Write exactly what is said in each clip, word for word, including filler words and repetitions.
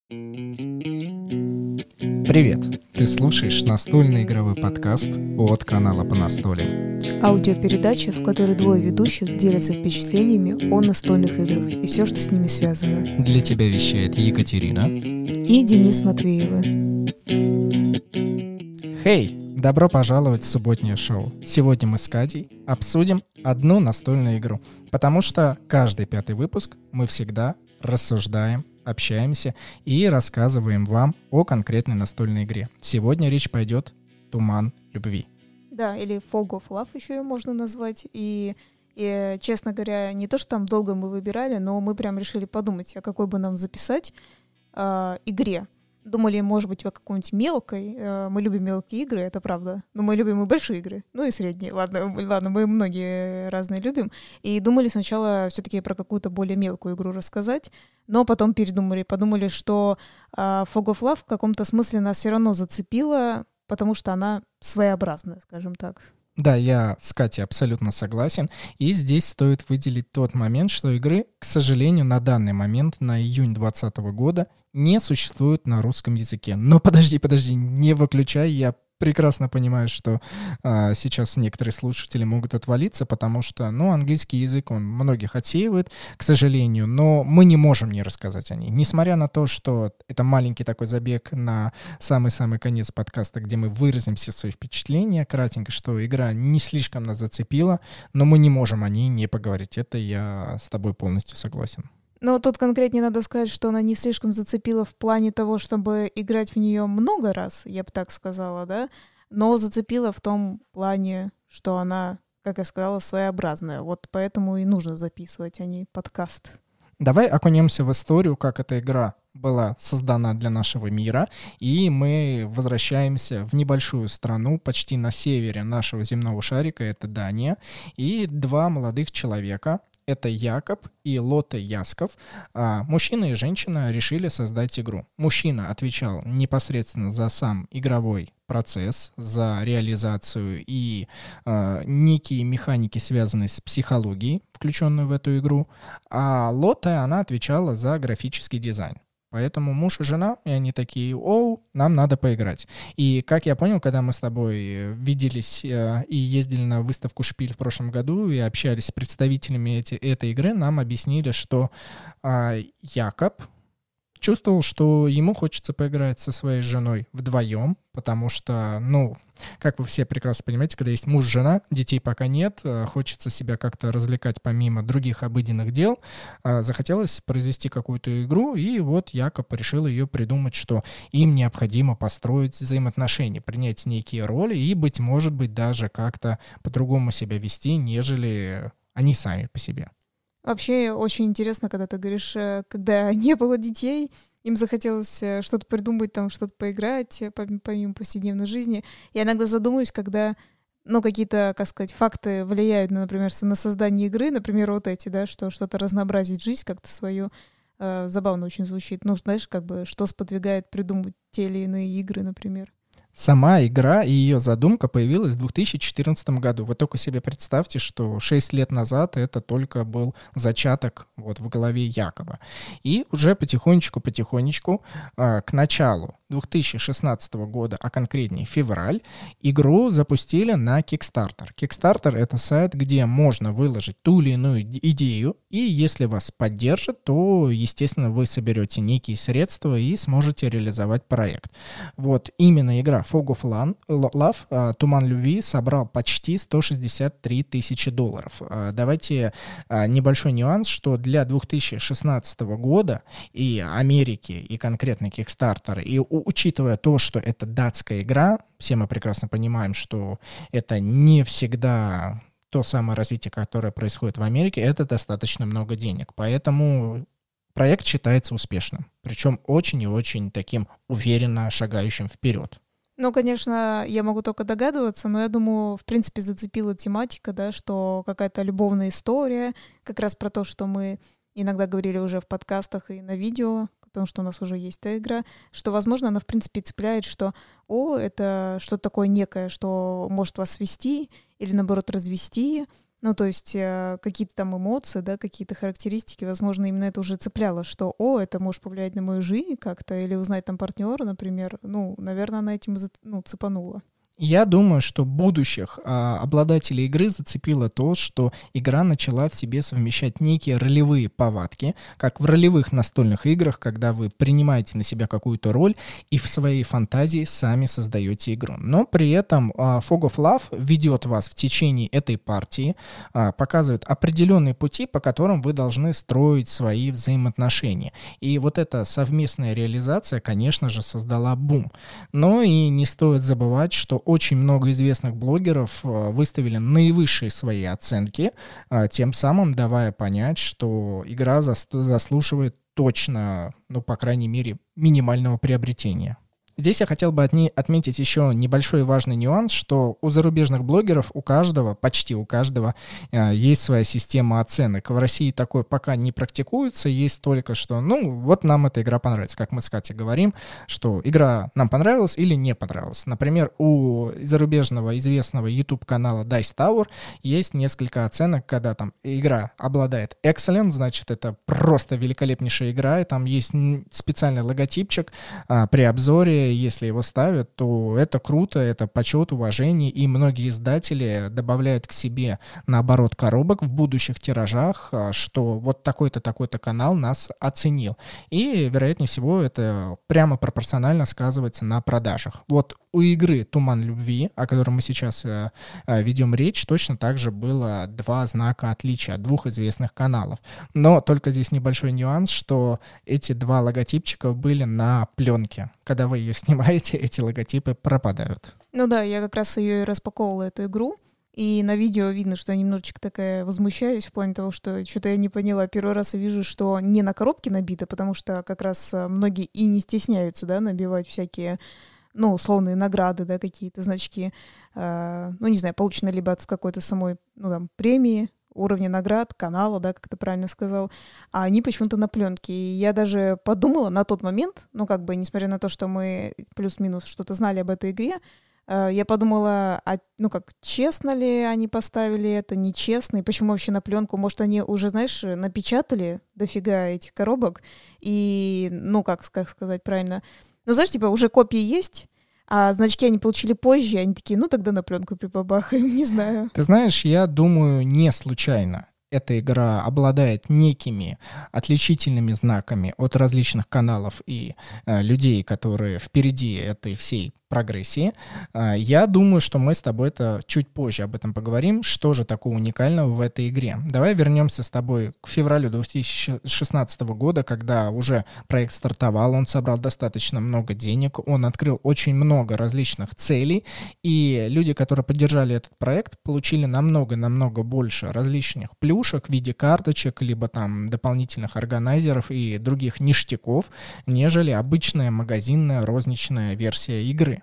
Привет! Ты слушаешь настольный игровой подкаст от канала «По настолям». Аудиопередача, в которой двое ведущих делятся впечатлениями о настольных играх и все, что с ними связано. Для тебя вещает Екатерина и Денис Матвеевы. Хей! Добро пожаловать в субботнее шоу. Сегодня мы с Катей обсудим одну настольную игру, потому что каждый пятый выпуск мы всегда рассуждаем, общаемся и рассказываем вам о конкретной настольной игре. Сегодня речь пойдет «Туман любви». Да, или Fog of Love еще ее можно назвать. И, и, честно говоря, не то, что там долго мы выбирали, но мы прям решили подумать, о какой бы нам записать э, игре. Думали, может быть, о какой-нибудь мелкой. Э, мы любим мелкие игры, это правда. Но мы любим и большие игры. Ну и средние. Ладно, ладно, мы многие разные любим. И думали сначала все-таки про какую-то более мелкую игру рассказать. Но потом передумали, подумали, что э, Fog of Love в каком-то смысле нас все равно зацепила, потому что она своеобразная, скажем так. Да, я с Катей абсолютно согласен. И здесь стоит выделить тот момент, что игры, к сожалению, на данный момент, на июнь двадцатого года, не существует на русском языке. Но подожди, подожди, не выключай, я прекрасно понимаю, что а, сейчас некоторые слушатели могут отвалиться, потому что, ну, английский язык, он многих отсеивает, к сожалению, но мы не можем не рассказать о ней. Несмотря на то, что это маленький такой забег на самый-самый конец подкаста, где мы выразим все свои впечатления кратенько, что игра не слишком нас зацепила, но мы не можем о ней не поговорить. Это я с тобой полностью согласен. Но тут конкретнее надо сказать, что она не слишком зацепила в плане того, чтобы играть в нее много раз, я бы так сказала, да, но зацепила в том плане, что она, как я сказала, своеобразная. Вот поэтому и нужно записывать о ней подкаст. Давай окунемся в историю, как эта игра была создана для нашего мира, и мы возвращаемся в небольшую страну, почти на севере нашего земного шарика, это Дания, и два молодых человека, это Якоб и Лотте Ясков. А, мужчина и женщина решили создать игру. Мужчина отвечал непосредственно за сам игровой процесс, за реализацию и а, некие механики, связанные с психологией, включенные в эту игру. А Лотте, она отвечала за графический дизайн. Поэтому муж и жена, и они такие: оу, нам надо поиграть. И как я понял, когда мы с тобой виделись э, и ездили на выставку «Шпиль» в прошлом году и общались с представителями эти, этой игры, нам объяснили, что э, Якоб чувствовал, что ему хочется поиграть со своей женой вдвоем, потому что, ну, как вы все прекрасно понимаете, когда есть муж, жена, детей пока нет, хочется себя как-то развлекать помимо других обыденных дел, захотелось произвести какую-то игру, и вот Якоб решил ее придумать, что им необходимо построить взаимоотношения, принять некие роли и, быть может быть, даже как-то по-другому себя вести, нежели они сами по себе. Вообще очень интересно, когда ты говоришь, когда не было детей, им захотелось что-то придумать, там что-то поиграть, помимо повседневной жизни. Я иногда задумываюсь, когда, ну, какие-то, как сказать, факты влияют, например, на создание игры, например, вот эти, да, что что-то разнообразить жизнь как-то свою. Э, забавно очень звучит. Ну, знаешь, как бы, что сподвигает придумать те или иные игры, например. Сама игра и ее задумка появилась в две тысячи четырнадцатом году. Вы только себе представьте, что шесть лет назад это только был зачаток вот в голове Якоба. И уже потихонечку-потихонечку э, к началу две тысячи шестнадцатого года, а конкретнее февраль, игру запустили на Kickstarter. Kickstarter — это сайт, где можно выложить ту или иную идею, и если вас поддержат, то, естественно, вы соберете некие средства и сможете реализовать проект. Вот именно игра Fog of Love, Туман любви, собрал почти сто шестьдесят три тысячи долларов. Давайте небольшой нюанс, что для две тысячи шестнадцатого года и Америки, и конкретно Kickstarter, и учитывая то, что это датская игра, все мы прекрасно понимаем, что это не всегда то самое развитие, которое происходит в Америке, это достаточно много денег. Поэтому проект считается успешным, причем очень и очень таким уверенно шагающим вперед. Ну, конечно, я могу только догадываться, но я думаю, в принципе, зацепила тематика, да, что какая-то любовная история, как раз про то, что мы иногда говорили уже в подкастах и на видео, потому что у нас уже есть эта игра, что, возможно, она, в принципе, цепляет, что, о, это что-то такое некое, что может вас свести или, наоборот, развести. Ну, то есть э, какие-то там эмоции, да, какие-то характеристики, возможно, именно это уже цепляло, что, о, это может повлиять на мою жизнь как-то, или узнать там партнера, например. Ну, наверное, она этим за- ну, цепанула. Я думаю, что будущих а, обладателей игры зацепило то, что игра начала в себе совмещать некие ролевые повадки, как в ролевых настольных играх, когда вы принимаете на себя какую-то роль и в своей фантазии сами создаете игру. Но при этом а, Fog of Love ведет вас в течение этой партии, а, показывает определенные пути, по которым вы должны строить свои взаимоотношения. И вот эта совместная реализация, конечно же, создала бум. Но и не стоит забывать, что очень много известных блогеров выставили наивысшие свои оценки, тем самым давая понять, что игра заслуживает точно, ну, по крайней мере, минимального приобретения. Здесь я хотел бы отне- отметить еще небольшой важный нюанс, что у зарубежных блогеров, у каждого, почти у каждого, э, есть своя система оценок. В России такое пока не практикуется, есть только что, ну, вот нам эта игра понравится, как мы с Катей говорим, что игра нам понравилась или не понравилась. Например, у зарубежного известного YouTube-канала Dice Tower есть несколько оценок, когда там игра обладает excellent, значит, это просто великолепнейшая игра, и там есть специальный логотипчик а, при обзоре. Если его ставят, то это круто, это почет, уважение, и многие издатели добавляют к себе, наоборот, коробок в будущих тиражах, что вот такой-то, такой-то канал нас оценил. И, вероятнее всего, это прямо пропорционально сказывается на продажах. Вот у игры «Туман любви», о которой мы сейчас э, ведем речь, точно так же было два знака отличия от двух известных каналов. Но только здесь небольшой нюанс, что эти два логотипчика были на пленке. Когда вы ее снимаете, эти логотипы пропадают. Ну да, я как раз ее и распаковывала, эту игру. И на видео видно, что я немножечко такая возмущаюсь в плане того, что что-то я не поняла. Первый раз я вижу, что не на коробке набито, потому что как раз многие и не стесняются, да, набивать всякие, ну, условные награды, да, какие-то значки, э, ну, не знаю, получено либо от какой-то самой, ну, там, премии, уровня наград, канала, да, как ты правильно сказал, а они почему-то на пленке. И я даже подумала на тот момент, ну, как бы, несмотря на то, что мы плюс-минус что-то знали об этой игре, э, я подумала, а, ну, как, честно ли они поставили это, нечестно, и почему вообще на пленку? Может, они уже, знаешь, напечатали дофига этих коробок, и, ну, как, как сказать правильно, ну, знаешь, типа, уже копии есть, а значки они получили позже, и они такие, ну, тогда на пленку прибабахаем, не знаю. Ты знаешь, я думаю, не случайно эта игра обладает некими отличительными знаками от различных каналов и э, людей, которые впереди этой всей прогрессии. Я думаю, что мы с тобой это чуть позже об этом поговорим, что же такого уникального в этой игре. Давай вернемся с тобой к февралю две тысячи шестнадцатого года, когда уже проект стартовал, он собрал достаточно много денег, он открыл очень много различных целей, и люди, которые поддержали этот проект, получили намного-намного больше различных плюшек в виде карточек, либо там дополнительных органайзеров и других ништяков, нежели обычная магазинная розничная версия игры.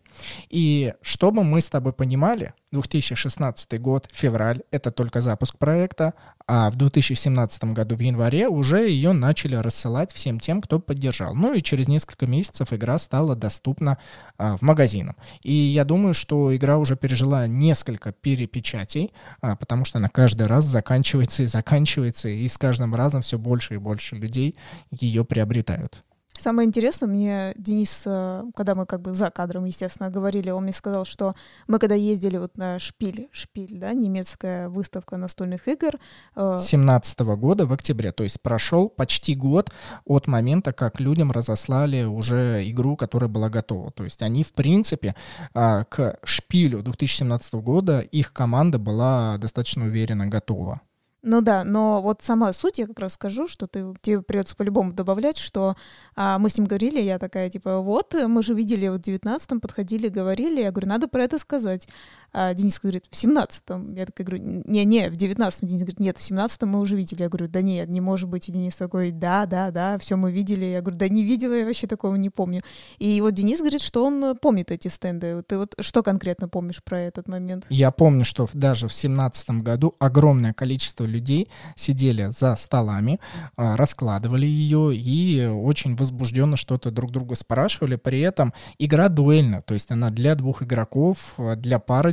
И чтобы мы с тобой понимали, две тысячи шестнадцатый год, февраль, это только запуск проекта, а в две тысячи семнадцатом году в январе уже ее начали рассылать всем тем, кто поддержал. Ну и через несколько месяцев игра стала доступна а, в магазинах. И я думаю, что игра уже пережила несколько перепечатей, а, потому что она каждый раз заканчивается и заканчивается, и с каждым разом все больше и больше людей ее приобретают. Самое интересное, мне Денис, когда мы как бы за кадром, естественно, говорили, он мне сказал, что мы когда ездили вот на Шпиль, Шпиль, да, немецкая выставка настольных игр. семнадцатого года в октябре, то есть прошел почти год от момента, как людям разослали уже игру, которая была готова. То есть они, в принципе, к Шпилю две тысячи семнадцатого года их команда была достаточно уверенно готова. Ну да, но вот сама суть, я как раз скажу, что ты, тебе придется по-любому добавлять, что а, мы с ним говорили, я такая, типа, вот, мы же видели вот в девятнадцатом, подходили, говорили, я говорю, надо про это сказать. А Денис говорит, в семнадцатом. Я такая говорю, не-не, в девятнадцатом. Денис говорит, нет, в семнадцатом мы уже видели. Я говорю, да нет, не может быть. И Денис такой, да, да, да, все мы видели. Я говорю, да не видела, я вообще такого не помню. И вот Денис говорит, что он помнит эти стенды. Ты вот что конкретно помнишь про этот момент? Я помню, что даже в семнадцатом году огромное количество людей сидели за столами, раскладывали ее и очень возбужденно что-то друг друга спрашивали. При этом игра дуэльна, то есть она для двух игроков, для парочек,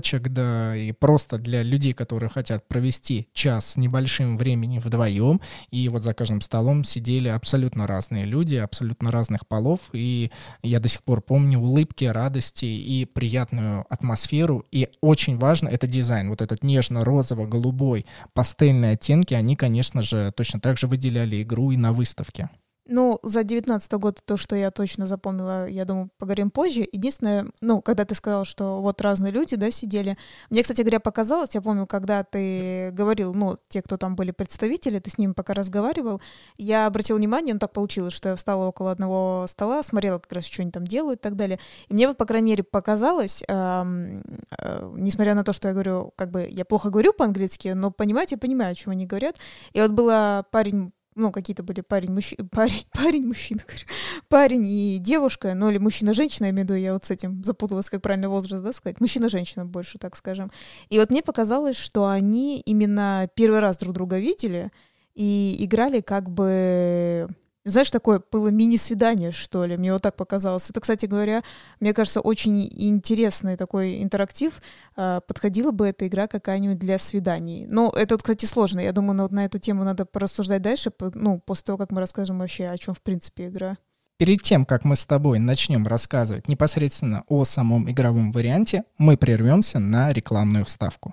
девочек, да и просто для людей, которые хотят провести час с небольшим временем вдвоем. И вот за каждым столом сидели абсолютно разные люди, абсолютно разных полов. И я до сих пор помню улыбки, радости и приятную атмосферу. И очень важно — это дизайн. Вот этот нежно-розово-голубой, пастельные оттенки, они, конечно же, точно так же выделяли игру и на выставке. Ну, за девятнадцатый год то, что я точно запомнила, я думаю, поговорим позже. Единственное, ну, когда ты сказал, что вот разные люди, да, сидели. Мне, кстати говоря, показалось, я помню, когда ты говорил, ну, те, кто там были представители, ты с ними пока разговаривал, я обратила внимание, ну, так получилось, что я встала около одного стола, смотрела как раз, что они там делают и так далее. И мне, вот, по крайней мере, показалось, эм, э, несмотря на то, что я говорю, как бы, я плохо говорю по-английски, но понимать я понимаю, о чем они говорят. И вот была парень, ну, какие-то были парень, мужчина, парень, парень, мужчина, говорю, парень и девушка, ну, или мужчина-женщина, я имею в виду, я вот с этим запуталась, как правильно возраст, да, сказать, мужчина-женщина больше, так скажем. И вот мне показалось, что они именно первый раз друг друга видели и играли как бы... Знаешь, такое было мини-свидание, что ли, мне вот так показалось. Это, кстати говоря, мне кажется, очень интересный такой интерактив. Подходила бы эта игра какая-нибудь для свиданий. Но это, вот, кстати, сложно. Я думаю, вот на эту тему надо порассуждать дальше, ну, после того, как мы расскажем вообще, о чем, в принципе, игра. Перед тем, как мы с тобой начнем рассказывать непосредственно о самом игровом варианте, мы прервемся на рекламную вставку.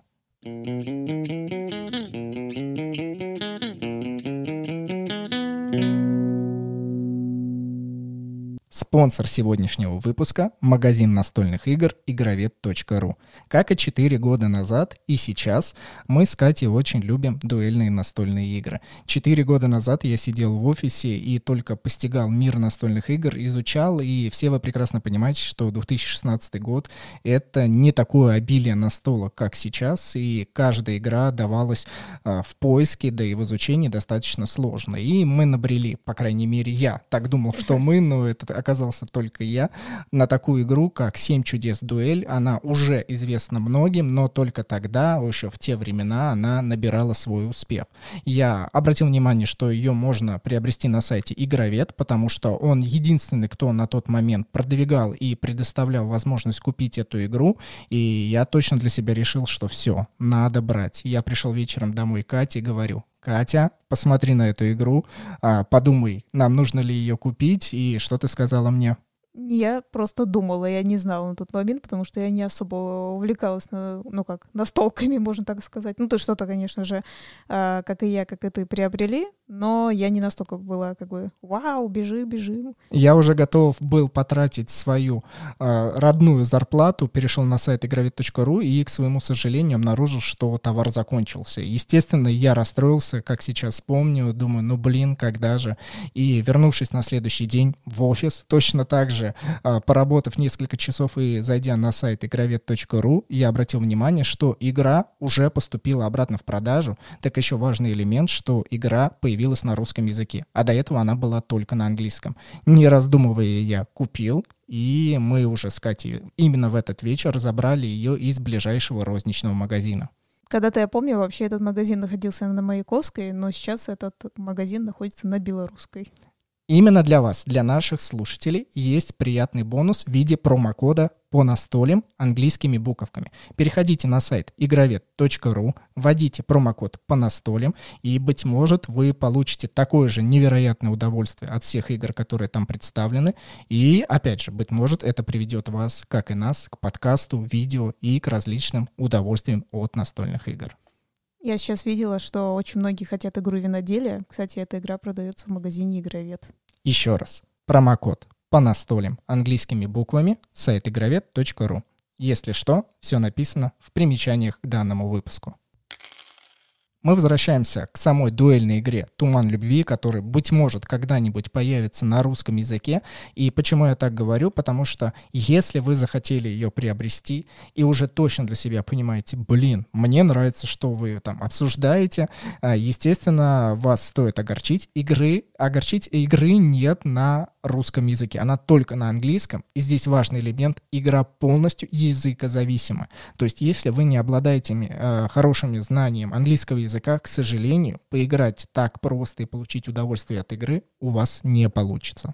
Спонсор сегодняшнего выпуска — магазин настольных игр игровед точка ру. Как и четыре года назад, и сейчас мы с Катей очень любим дуэльные настольные игры. Четыре года назад я сидел в офисе и только постигал мир настольных игр, изучал, и все вы прекрасно понимаете, что две тысячи шестнадцатый год — это не такое обилие настолок, как сейчас, и каждая игра давалась э, в поиске, да и в изучении достаточно сложно. И мы набрели, по крайней мере, я так думал, что мы, но это оказался только я, на такую игру, как «Семь чудес дуэль». Она уже известна многим, но только тогда, еще в те времена, она набирала свой успех. Я обратил внимание, что ее можно приобрести на сайте Игровед, потому что он единственный, кто на тот момент продвигал и предоставлял возможность купить эту игру, и я точно для себя решил, что все, надо брать. Я пришел вечером домой к Кате и говорю: Катя, посмотри на эту игру, а, подумай, нам нужно ли ее купить, и что ты сказала мне? Я просто думала, я не знала на тот момент, потому что я не особо увлекалась, на, ну как, настолками, можно так сказать. Ну, то что-то, конечно же, э, как и я, как и ты, приобрели, но я не настолько была как бы «Вау, бежи, бежим». Я уже готов был потратить свою э, родную зарплату, перешел на сайт игровед точка ру и, к своему сожалению, обнаружил, что товар закончился. Естественно, я расстроился, как сейчас помню, думаю, ну блин, когда же? И, вернувшись на следующий день в офис, точно так же, э, поработав несколько часов и зайдя на сайт игровед точка ру, я обратил внимание, что игра уже поступила обратно в продажу. Так еще важный элемент, что игра появилась появилась на русском языке, а до этого она была только на английском. Не раздумывая, я купил, и мы уже с Катей именно в этот вечер разобрали ее из ближайшего розничного магазина. Когда-то, я помню, вообще этот магазин находился на Маяковской, но сейчас этот магазин находится на Белорусской. Именно для вас, для наших слушателей, есть приятный бонус в виде промокода по настолям английскими буковками. Переходите на сайт игровед точка ру, вводите промокод по настолям, и, быть может, вы получите такое же невероятное удовольствие от всех игр, которые там представлены. И, опять же, быть может, это приведет вас, как и нас, к подкасту, видео и к различным удовольствиям от настольных игр. Я сейчас видела, что очень многие хотят игру виноделия. Кстати, эта игра продается в магазине Игровед. Еще раз. Промокод по настолям английскими буквами, сайт игровед точка ру. Если что, все написано в примечаниях к данному выпуску. Мы возвращаемся к самой дуэльной игре «Туман любви», которая, быть может, когда-нибудь появится на русском языке. И почему я так говорю? Потому что если вы захотели ее приобрести и уже точно для себя понимаете, блин, мне нравится, что вы там обсуждаете, естественно, вас стоит огорчить. Игры, огорчить игры нет на русском языке, она только на английском. И здесь важный элемент: игра полностью языкозависима. То есть если вы не обладаете э, хорошими знаниями английского языка, к сожалению, поиграть так просто и получить удовольствие от игры у вас не получится.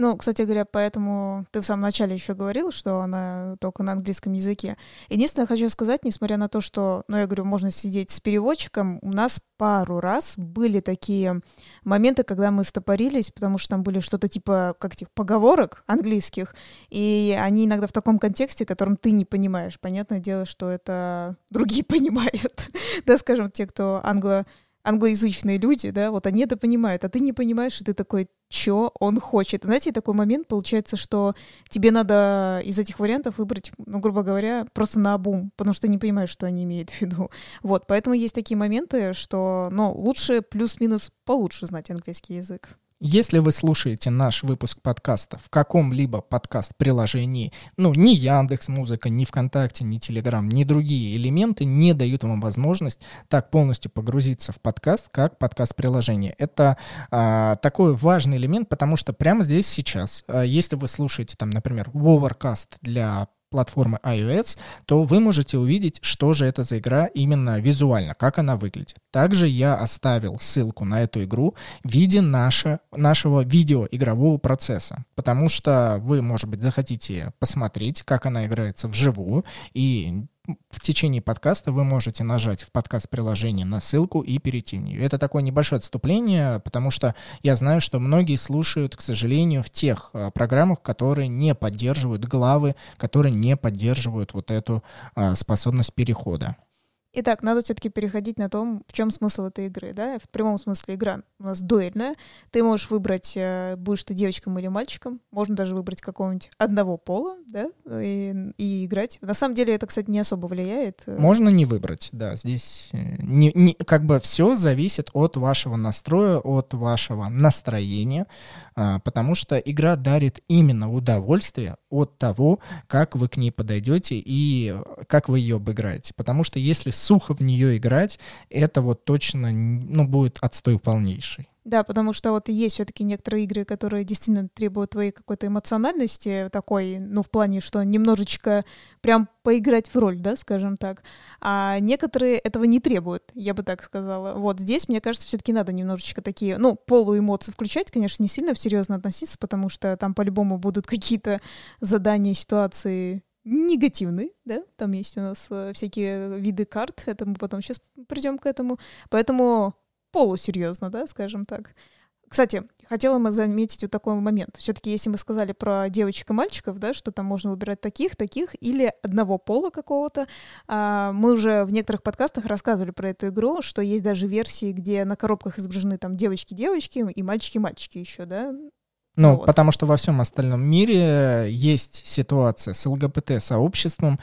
Ну, кстати говоря, поэтому ты в самом начале еще говорил, что она только на английском языке. Единственное, хочу сказать, несмотря на то, что, ну, я говорю, можно сидеть с переводчиком, у нас пару раз были такие моменты, когда мы стопорились, потому что там были что-то типа, как этих поговорок английских, и они иногда в таком контексте, которым ты не понимаешь. Понятное дело, что это другие понимают, да, скажем, те, кто англо... англоязычные люди, да, вот они это понимают, а ты не понимаешь, и ты такой, чё он хочет. Знаете, такой момент получается, что тебе надо из этих вариантов выбрать, ну, грубо говоря, просто наобум, потому что ты не понимаешь, что они имеют в виду. Вот, поэтому есть такие моменты, что, ну, лучше плюс-минус получше знать английский язык. Если вы слушаете наш выпуск подкаста в каком-либо подкаст-приложении, ну, ни Яндекс.Музыка, ни ВКонтакте, ни Телеграм, ни другие элементы не дают вам возможность так полностью погрузиться в подкаст, как подкаст-приложение. Это а, такой важный элемент, потому что прямо здесь сейчас, а, если вы слушаете, там, например, Overcast для платформы iOS, то вы можете увидеть, что же это за игра именно визуально, как она выглядит. Также я оставил ссылку на эту игру в виде наше, нашего видеоигрового процесса, потому что вы, может быть, захотите посмотреть, как она играется вживую, и в течение подкаста вы можете нажать в подкаст-приложении на ссылку и перейти в нее. Это такое небольшое отступление, потому что я знаю, что многие слушают, к сожалению, в тех а, программах, которые не поддерживают главы, которые не поддерживают вот эту а, способность перехода. Итак, надо все-таки переходить на том, в чем смысл этой игры, да? В прямом смысле игра у нас дуэльная. Ты можешь выбрать, будешь ты девочком или мальчиком. Можно даже выбрать какого-нибудь одного пола, да, и, и играть. На самом деле это, кстати, не особо влияет. Можно не выбрать, да. Здесь не, не, как бы все зависит от вашего настроя, от вашего настроения, потому что игра дарит именно удовольствие от того, как вы к ней подойдете и как вы ее обыграете. Потому что если сухо в нее играть, это вот точно, ну, будет отстой полнейший. Да, потому что вот есть все-таки некоторые игры, которые действительно требуют твоей какой-то эмоциональности такой, ну, в плане, что немножечко прям поиграть в роль, да, скажем так. А некоторые этого не требуют, я бы так сказала. Вот здесь, мне кажется, все-таки надо немножечко такие, ну, полуэмоции включать, конечно, не сильно серьезно относиться, потому что там по-любому будут какие-то задания, ситуации негативные, да, там есть у нас э, всякие виды карт, это мы потом сейчас придем к этому, поэтому полусерьезно, да, скажем так. Кстати, хотела бы заметить вот такой момент. Все-таки, если мы сказали про девочек и мальчиков, да, что там можно выбирать таких, таких или одного пола какого-то, а, мы уже в некоторых подкастах рассказывали про эту игру, что есть даже версии, где на коробках изображены там девочки-девочки и мальчики-мальчики еще, да. Ну, вот. Потому что во всем остальном мире есть ситуация с ЛГБТ-сообществом,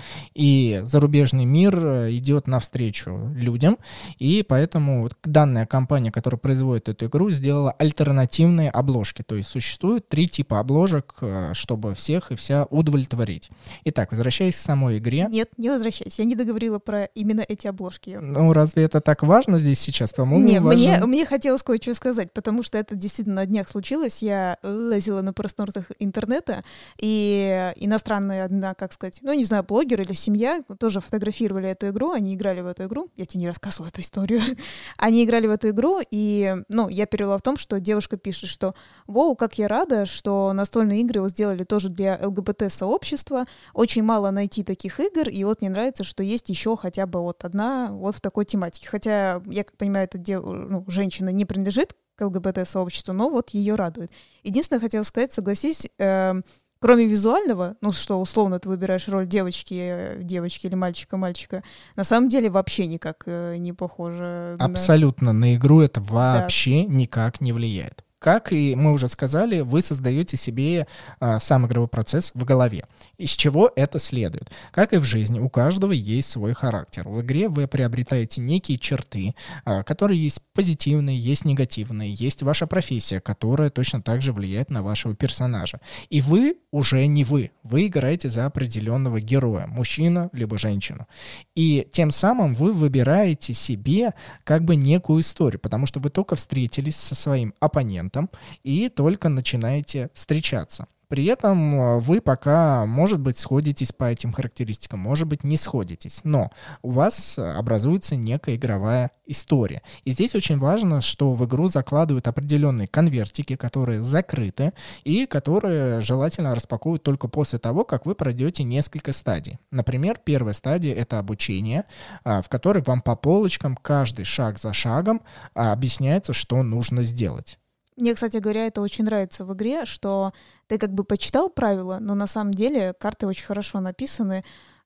и зарубежный мир идет навстречу людям, и поэтому вот данная компания, которая производит эту игру, сделала альтернативные обложки. То есть существует три типа обложек, чтобы всех и вся удовлетворить. Итак, возвращаясь к самой игре. Нет, не возвращайся. Я не договорила про именно эти обложки. Ну, разве это так важно здесь сейчас? По-моему, не, важно... мне, мне хотелось кое-что сказать, потому что это действительно на днях случилось. Я лазила на просторах интернета, и иностранная одна, как сказать, ну, не знаю, блогер или семья тоже фотографировали эту игру, они играли в эту игру. Я тебе не рассказывала эту историю. Они играли в эту игру, и, ну, я перевела в том, что девушка пишет, что «Воу, как я рада, что настольные игры вот сделали тоже для ЛГБТ-сообщества. Очень мало найти таких игр, и вот мне нравится, что есть еще хотя бы вот одна вот в такой тематике». Хотя, я как понимаю, эта дев... ну, женщина не принадлежит к ЛГБТ-сообществу, но вот ее радует. Единственное, хотела сказать, согласись, э, кроме визуального, ну что, условно, ты выбираешь роль девочки, девочки или мальчика-мальчика, на самом деле вообще никак э, не похоже. Абсолютно, на... на игру это вообще да. никак не влияет. Как и мы уже сказали, вы создаете себе а, сам игровой процесс в голове. Из чего это следует? Как и в жизни, у каждого есть свой характер. В игре вы приобретаете некие черты, а, которые есть позитивные, есть негативные, есть ваша профессия, которая точно так же влияет на вашего персонажа. И вы уже не вы. Вы играете за определенного героя, мужчину либо женщину. И тем самым вы выбираете себе как бы некую историю, потому что вы только встретились со своим оппонентом, и только начинаете встречаться. При этом вы пока, может быть, сходитесь по этим характеристикам, может быть, не сходитесь, но у вас образуется некая игровая история. И здесь очень важно, что в игру закладывают определенные конвертики, которые закрыты и которые желательно распаковывать только после того, как вы пройдете несколько стадий. Например, первая стадия — это обучение, в которой вам по полочкам каждый шаг за шагом объясняется, что нужно сделать. Мне, кстати говоря, это очень нравится в игре, что ты как бы почитал правила, но на самом деле карты очень хорошо написаны,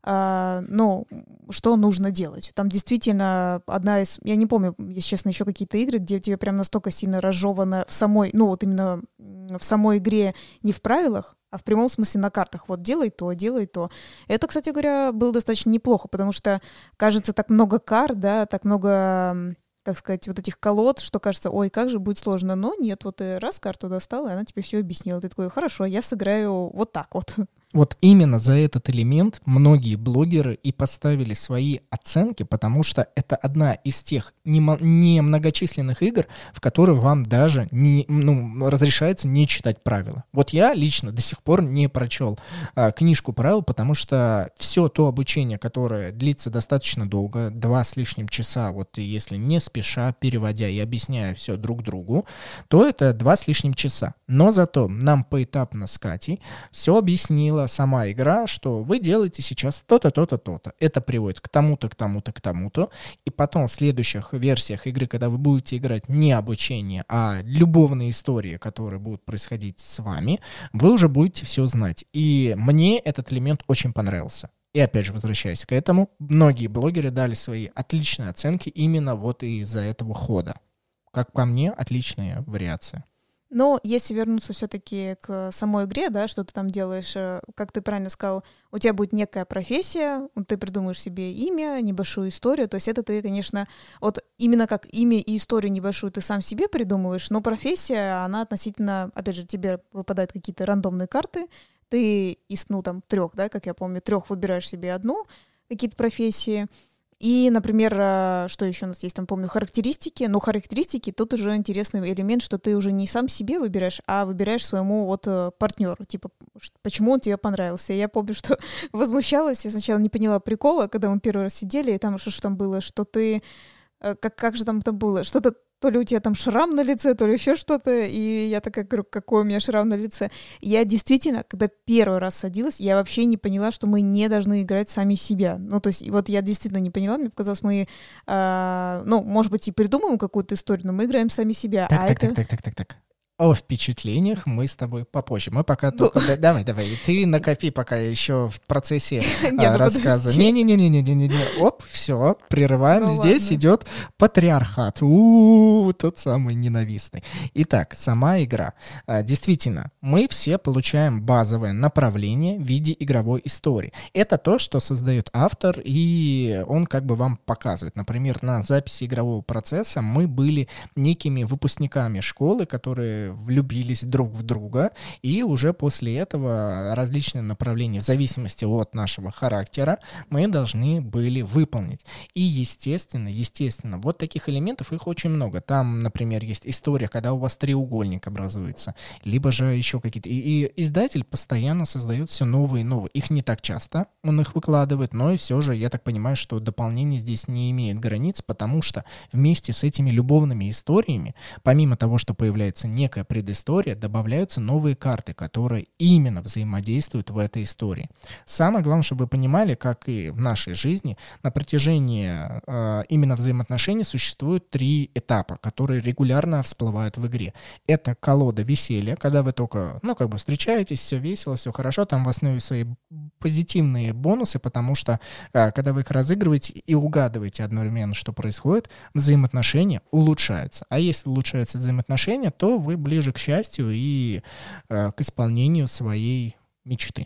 а, ну, что нужно делать. Там действительно одна из... Я не помню, если честно, еще какие-то игры, где тебе прям настолько сильно разжевано в самой... Ну, вот именно в самой игре, не в правилах, а в прямом смысле на картах. Вот делай то, делай то. Это, кстати говоря, было достаточно неплохо, потому что, кажется, так много карт, да, так много... как сказать, вот этих колод, что кажется, ой, как же будет сложно. Но нет, вот ты раз карту достал, и она тебе все объяснила. Ты такой, хорошо, я сыграю вот так вот. Вот именно за этот элемент многие блогеры и поставили свои оценки, потому что это одна из тех немногочисленных игр, в которых вам даже не, ну, разрешается не читать правила. Вот я лично до сих пор не прочел а, книжку правил, потому что все то обучение, которое длится достаточно долго, два с лишним часа, вот если не спеша, переводя и объясняя все друг другу, то это два с лишним часа. Но зато нам поэтапно с Катей все объяснила сама игра, что вы делаете сейчас то-то, то-то, то-то. Это приводит к тому-то, к тому-то, к тому-то. И потом в следующих версиях игры, когда вы будете играть не обучение, а любовные истории, которые будут происходить с вами, вы уже будете все знать. И мне этот элемент очень понравился. И опять же, возвращаясь к этому, многие блогеры дали свои отличные оценки именно вот из-за этого хода. Как по мне, отличная вариация. Но если вернуться все-таки к самой игре, да, что ты там делаешь, как ты правильно сказал, у тебя будет некая профессия, ты придумаешь себе имя, небольшую историю, то есть это ты, конечно, вот именно как имя и историю небольшую ты сам себе придумываешь, но профессия, она относительно, опять же, тебе выпадают какие-то рандомные карты, ты из, ну, там, трех, да, как я помню, трех выбираешь себе одну, какие-то профессии. И, например, что еще у нас есть, там, помню, характеристики. Но характеристики, тут уже интересный элемент, что ты уже не сам себе выбираешь, а выбираешь своему вот партнеру. Типа, почему он тебе понравился. Я помню, что возмущалась, я сначала не поняла прикола, когда мы первый раз сидели, и там что ж там было, что ты... Как, как же там это было? Что-то то ли у тебя там шрам на лице, то ли еще что-то. И я такая говорю, какой у меня шрам на лице. Я действительно, когда первый раз садилась, я вообще не поняла, что мы не должны играть сами себя. Ну, то есть, вот я действительно не поняла. Мне показалось, мы, э, ну, может быть, и придумаем какую-то историю, но мы играем сами себя. Так, а так, это... так, так, так, так, так. О впечатлениях мы с тобой попозже. Мы пока ну... только... Да, давай, давай. Ты накопи пока еще в процессе а, рассказа. Не-не-не-не-не-не-не. Оп, все, прерываем. Ну, здесь ладно. Идет патриархат. У-у-у, тот самый ненавистный. Итак, сама игра. А, действительно, мы все получаем базовое направление в виде игровой истории. Это то, что создает автор, и он как бы вам показывает. Например, на записи игрового процесса мы были некими выпускниками школы, которые влюбились друг в друга, и уже после этого различные направления, в зависимости от нашего характера, мы должны были выполнить. И естественно, естественно, вот таких элементов, их очень много. Там, например, есть история, когда у вас треугольник образуется, либо же еще какие-то... И, и издатель постоянно создает все новые и новые. Их не так часто он их выкладывает, но и все же, я так понимаю, что дополнение здесь не имеет границ, потому что вместе с этими любовными историями, помимо того, что появляется некая предыстория, добавляются новые карты, которые именно взаимодействуют в этой истории. Самое главное, чтобы вы понимали, как и в нашей жизни, на протяжении э, именно взаимоотношений существуют три этапа, которые регулярно всплывают в игре. Это колода веселья, когда вы только, ну, как бы встречаетесь, все весело, все хорошо, там в основе свои позитивные бонусы, потому что, э, когда вы их разыгрываете и угадываете одновременно, что происходит, взаимоотношения улучшаются. А если улучшаются взаимоотношения, то вы ближе к счастью и э, к исполнению своей мечты.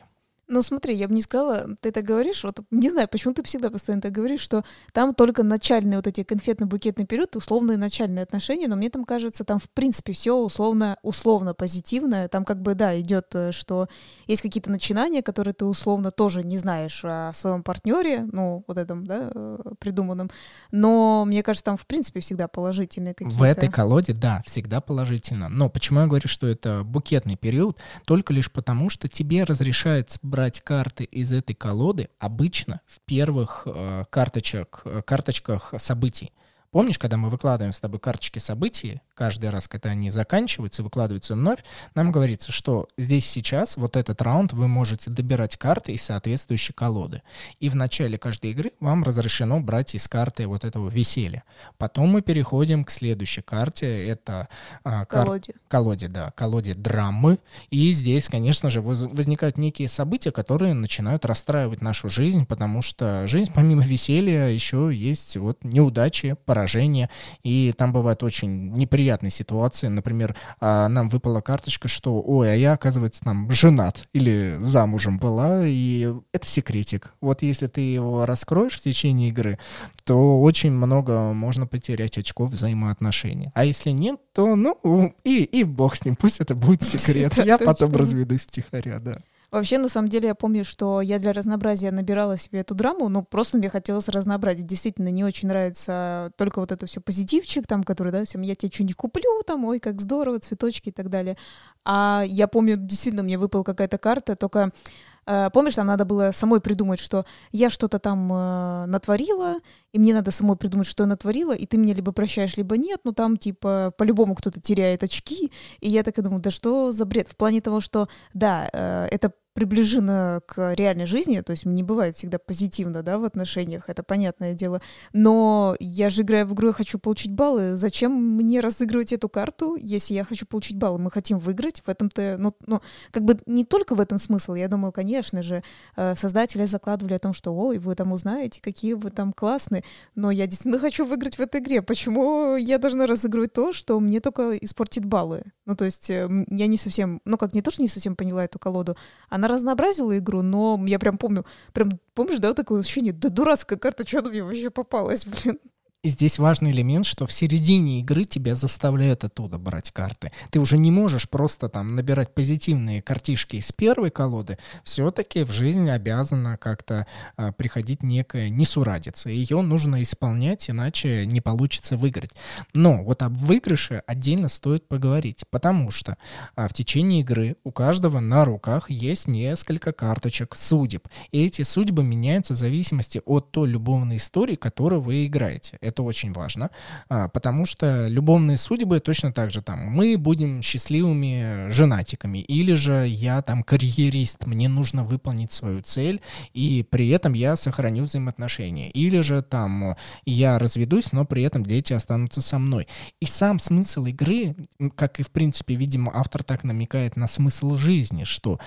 Ну, смотри, я бы не сказала, ты это говоришь, вот не знаю, почему ты всегда постоянно так говоришь, что там только начальные вот эти конфетно-букетный период, условные начальные отношения, но мне там кажется, там в принципе все условно, условно позитивное, там как бы, да, идет, что есть какие-то начинания, которые ты условно тоже не знаешь о своем партнере, ну, вот этом, да, придуманном, но мне кажется, там в принципе всегда положительные какие-то. В этой колоде, да, всегда положительно, но почему я говорю, что это букетный период? Только лишь потому, что тебе разрешается брать карты из этой колоды обычно в первых э, карточек, э, карточках событий. Помнишь, когда мы выкладываем с тобой карточки событий, каждый раз, когда они заканчиваются, выкладываются вновь, нам говорится, что здесь сейчас, вот этот раунд, вы можете добирать карты из соответствующей колоды. И в начале каждой игры вам разрешено брать из карты вот этого веселья. Потом мы переходим к следующей карте, это а, кар... Колоде. колоде, да, колоде драмы. И здесь, конечно же, воз... возникают некие события, которые начинают расстраивать нашу жизнь, потому что жизнь, помимо веселья, еще есть вот неудачи, поражения, и там бывают очень неприятные ситуации. Например, нам выпала карточка, что ой, а я, оказывается, там женат или замужем была, и это секретик. Вот если ты его раскроешь в течение игры, то очень много можно потерять очков взаимоотношений. А если нет, то ну и, и бог с ним, пусть это будет секрет. Я потом разведусь втихаря, да. Вообще, на самом деле, я помню, что я для разнообразия набирала себе эту драму, но просто мне хотелось разнообразить. Действительно, не очень нравится только вот это все позитивчик, там, который, да, всем, я тебе что-нибудь куплю, там, ой, как здорово, цветочки и так далее. А я помню, действительно, мне выпала какая-то карта, только... Помнишь, там надо было самой придумать, что я что-то там э, натворила, и мне надо самой придумать, что я натворила, и ты мне либо прощаешь, либо нет, ну там типа по-любому кто-то теряет очки, и я так и думаю, да что за бред? В плане того, что да, э, это приближено к реальной жизни, то есть не бывает всегда позитивно, да, в отношениях, это понятное дело, но я же играю в игру, я хочу получить баллы, зачем мне разыгрывать эту карту, если я хочу получить баллы, мы хотим выиграть, в этом-то, ну, ну как бы не только в этом смысл, я думаю, конечно же, создатели закладывали о том, что, ой, вы там узнаете, какие вы там классные, но я действительно хочу выиграть в этой игре, почему я должна разыгрывать то, что мне только испортит баллы, ну, то есть я не совсем, ну, как не то, что не совсем поняла эту колоду, она разнообразила игру, но я прям помню, прям помнишь, да, такое ощущение, да дурацкая карта, что она мне вообще попалась, блин. И здесь важный элемент, что в середине игры тебя заставляют оттуда брать карты. Ты уже не можешь просто там набирать позитивные картишки из первой колоды. Все-таки в жизни обязана как-то а, приходить некая несурадица. Ее нужно исполнять, иначе не получится выиграть. Но вот об выигрыше отдельно стоит поговорить, потому что а, в течение игры у каждого на руках есть несколько карточек судеб. И эти судьбы меняются в зависимости от той любовной истории, которую вы играете. Это очень важно, потому что любовные судьбы точно так же там мы будем счастливыми женатиками, или же я там карьерист, мне нужно выполнить свою цель, и при этом я сохраню взаимоотношения, или же там я разведусь, но при этом дети останутся со мной. И сам смысл игры, как и в принципе, видимо, автор так намекает на смысл жизни, что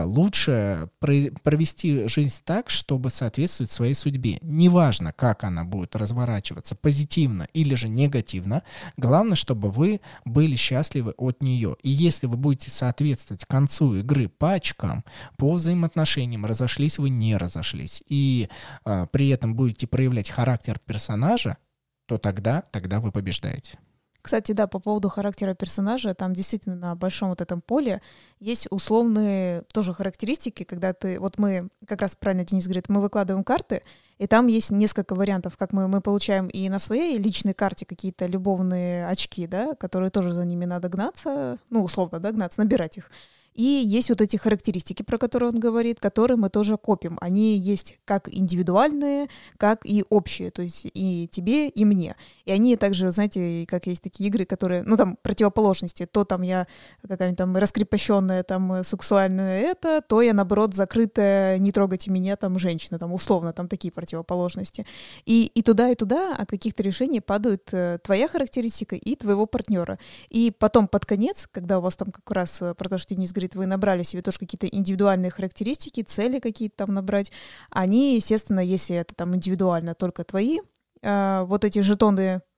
лучше провести жизнь так, чтобы соответствовать своей судьбе. Неважно, как она будет разворачиваться, позитивно или же негативно, главное, чтобы вы были счастливы от нее. И если вы будете соответствовать концу игры по очкам, по взаимоотношениям, разошлись вы, не разошлись, и а, при этом будете проявлять характер персонажа, то тогда, тогда вы побеждаете. Кстати, да, по поводу характера персонажа, там действительно на большом вот этом поле есть условные тоже характеристики, когда ты, вот мы, как раз правильно Денис говорит, мы выкладываем карты, и там есть несколько вариантов, как мы, мы получаем и на своей личной карте какие-то любовные очки, да, которые тоже за ними надо гнаться, ну, условно, да, гнаться, набирать их. И есть вот эти характеристики, про которые он говорит, которые мы тоже копим. Они есть как индивидуальные, как и общие, то есть и тебе, и мне. И они также, знаете, как есть такие игры, которые, ну, там, противоположности. То там я какая-нибудь там раскрепощенная, там, сексуальная это, то я, наоборот, закрытая, не трогайте меня, там, женщина, там, условно, там такие противоположности. И, и туда, и туда от каких-то решений падают твоя характеристика и твоего партнера. И потом под конец, когда у вас там как раз про то, что Денис говорит, вы набрали себе тоже какие-то индивидуальные характеристики, цели какие-то там набрать, они, естественно, если это там индивидуально только твои, э, вот эти жетоны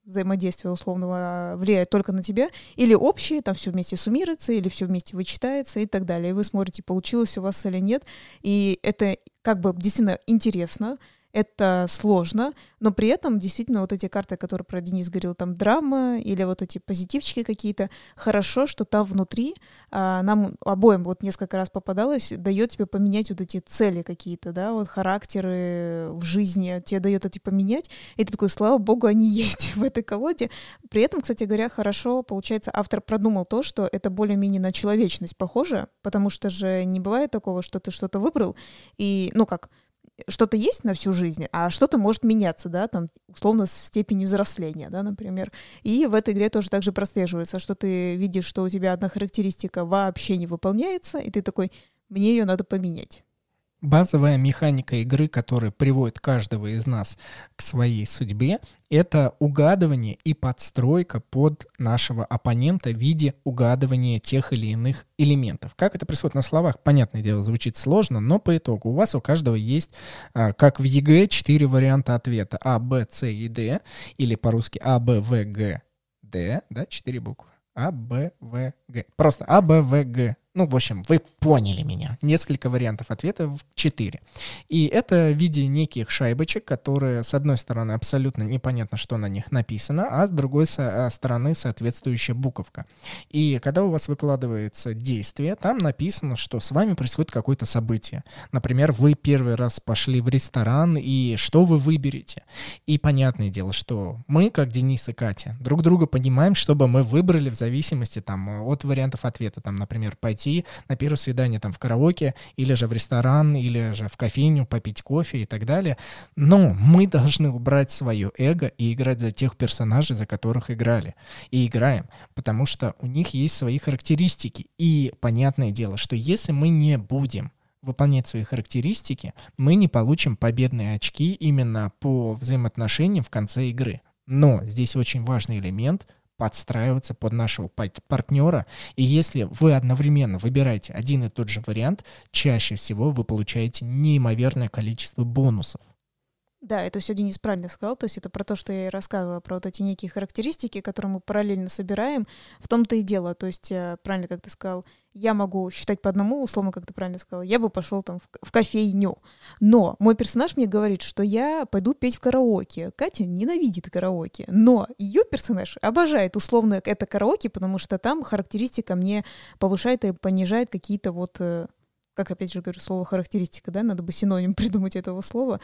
взаимодействия условного влияет только на тебя, или общие, там все вместе суммируется, или все вместе вычитается и так далее. И вы смотрите, получилось у вас или нет. И это как бы действительно интересно, это сложно, но при этом действительно вот эти карты, которые про Денис говорил, там драма или вот эти позитивчики какие-то, хорошо, что там внутри а, нам обоим вот несколько раз попадалось, дает тебе поменять вот эти цели какие-то, да, вот характеры в жизни, тебе дает эти поменять, и ты такой, слава богу, они есть в этой колоде. При этом, кстати говоря, хорошо, получается, автор продумал то, что это более-менее на человечность похоже, потому что же не бывает такого, что ты что-то выбрал, и, ну как, что-то есть на всю жизнь, а что-то может меняться, да, там, условно, с степенью взросления, да, например. И в этой игре тоже также прослеживается, что ты видишь, что у тебя одна характеристика вообще не выполняется, и ты такой, мне ее надо поменять. Базовая механика игры, которая приводит каждого из нас к своей судьбе, это угадывание и подстройка под нашего оппонента в виде угадывания тех или иных элементов. Как это происходит на словах, понятное дело, звучит сложно, но по итогу у вас у каждого есть, как в ЕГЭ, четыре варианта ответа: А, Б, С и Д, или по-русски А, Б, В, Г, Д, да, четыре буквы. А, Б, В, Г. Просто А, Б, В, Г. Ну, в общем, вы поняли меня. Несколько вариантов ответов, четыре. И это в виде неких шайбочек, которые, с одной стороны, абсолютно непонятно, что на них написано, а с другой со- стороны соответствующая буковка. И когда у вас выкладывается действие, там написано, что с вами происходит какое-то событие. Например, вы первый раз пошли в ресторан, и что вы выберете? И понятное дело, что мы, как Денис и Катя, друг друга понимаем, чтобы мы выбрали в зависимости там, от вариантов ответа. Там, например, пойти на первое свидание там в караоке, или же в ресторан, или же в кофейню, попить кофе и так далее. Но мы должны убрать свое эго и играть за тех персонажей, за которых играли. И играем, потому что у них есть свои характеристики. И понятное дело, что если мы не будем выполнять свои характеристики, мы не получим победные очки именно по взаимоотношениям в конце игры. Но здесь очень важный элемент — подстраиваться под нашего партнера, и если вы одновременно выбираете один и тот же вариант, чаще всего вы получаете неимоверное количество бонусов. Да, это все Денис правильно сказал, то есть это про то, что я и рассказывала, про вот эти некие характеристики, которые мы параллельно собираем, в том-то и дело, то есть правильно, как ты сказал, я могу считать по одному, условно, как ты правильно сказал, я бы пошел там в, в кофейню, но мой персонаж мне говорит, что я пойду петь в караоке. Катя ненавидит караоке, но ее персонаж обожает условно это караоке, потому что там характеристика мне повышает и понижает какие-то вот... как опять же говорю, слово характеристика, да, надо бы синоним придумать этого слова,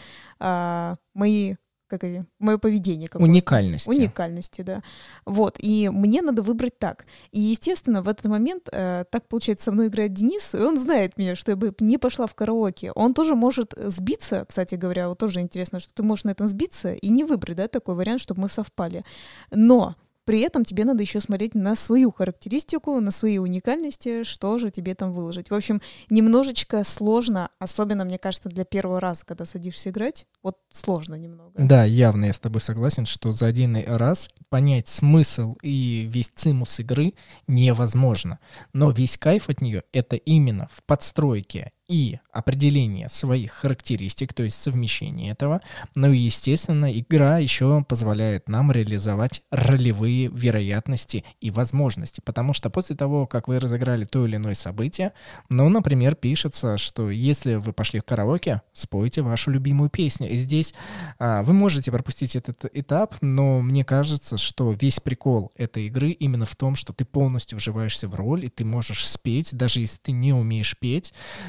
а, мои, как это, мое поведение. Какое-то. Уникальности. Уникальности, да. Вот, и мне надо выбрать так. И, естественно, в этот момент, э, так получается, со мной играет Денис, и он знает меня, что я бы не пошла в караоке. Он тоже может сбиться, кстати говоря, вот тоже интересно, что ты можешь на этом сбиться и не выбрать, да, такой вариант, чтобы мы совпали. Но при этом тебе надо еще смотреть на свою характеристику, на свои уникальности, что же тебе там выложить. В общем, немножечко сложно, особенно, мне кажется, для первого раза, когда садишься играть, вот сложно немного. Да, явно я с тобой согласен, что за один раз понять смысл и весь цимус игры невозможно. Но весь кайф от нее — это именно в подстройке и определение своих характеристик, то есть совмещение этого. Ну и, естественно, игра еще позволяет нам реализовать ролевые вероятности и возможности, потому что после того, как вы разыграли то или иное событие, ну, например, пишется, что если вы пошли в караоке, спойте вашу любимую песню. И здесь а, вы можете пропустить этот этап, но мне кажется, что весь прикол этой игры именно в том, что ты полностью вживаешься в роль, и ты можешь спеть, даже если ты не умеешь петь,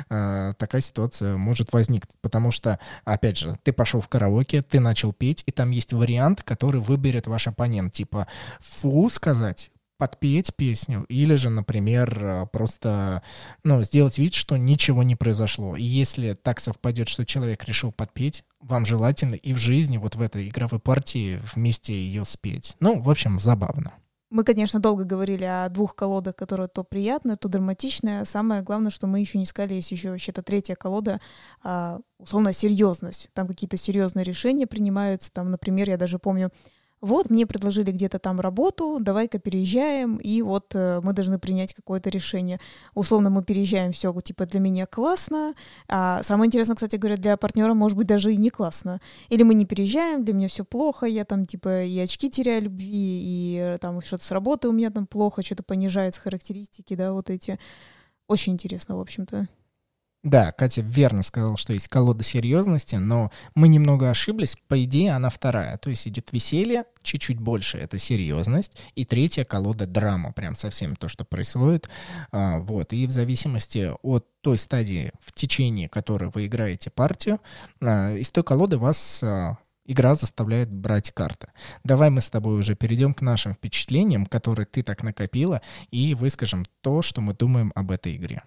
такая ситуация может возникнуть, потому что, опять же, ты пошел в караоке, ты начал петь, и там есть вариант, который выберет ваш оппонент, типа «фу» сказать, подпеть песню, или же, например, просто, ну, сделать вид, что ничего не произошло. И если так совпадет, что человек решил подпеть, вам желательно и в жизни, вот в этой игровой партии вместе ее спеть. Ну, в общем, забавно. Мы, конечно, долго говорили о двух колодах, которые то приятные, то драматичные. Самое главное, что мы еще не сказали, есть еще вообще-то третья колода, условно, серьезность. Там какие-то серьезные решения принимаются. Там, например, я даже помню, вот мне предложили где-то там работу, давай-ка переезжаем, и вот э, мы должны принять какое-то решение. Условно мы переезжаем, все, типа, для меня классно, а самое интересное, кстати говоря, для партнера может быть даже и не классно. Или мы не переезжаем, для меня все плохо, я там, типа, и очки теряю любви, и э, там что-то с работы у меня там плохо, что-то понижается характеристики, да, вот эти. Очень интересно, в общем-то. Да, Катя верно сказала, что есть колода серьезности, но мы немного ошиблись. По идее, она вторая. То есть идет веселье, чуть-чуть больше — это серьезность. И третья колода — драма, прям совсем то, что происходит. А, вот. И в зависимости от той стадии, в течение которой вы играете партию, а, из той колоды вас... А, игра заставляет брать карты. Давай мы с тобой уже перейдем к нашим впечатлениям, которые ты так накопила, и выскажем то, что мы думаем об этой игре.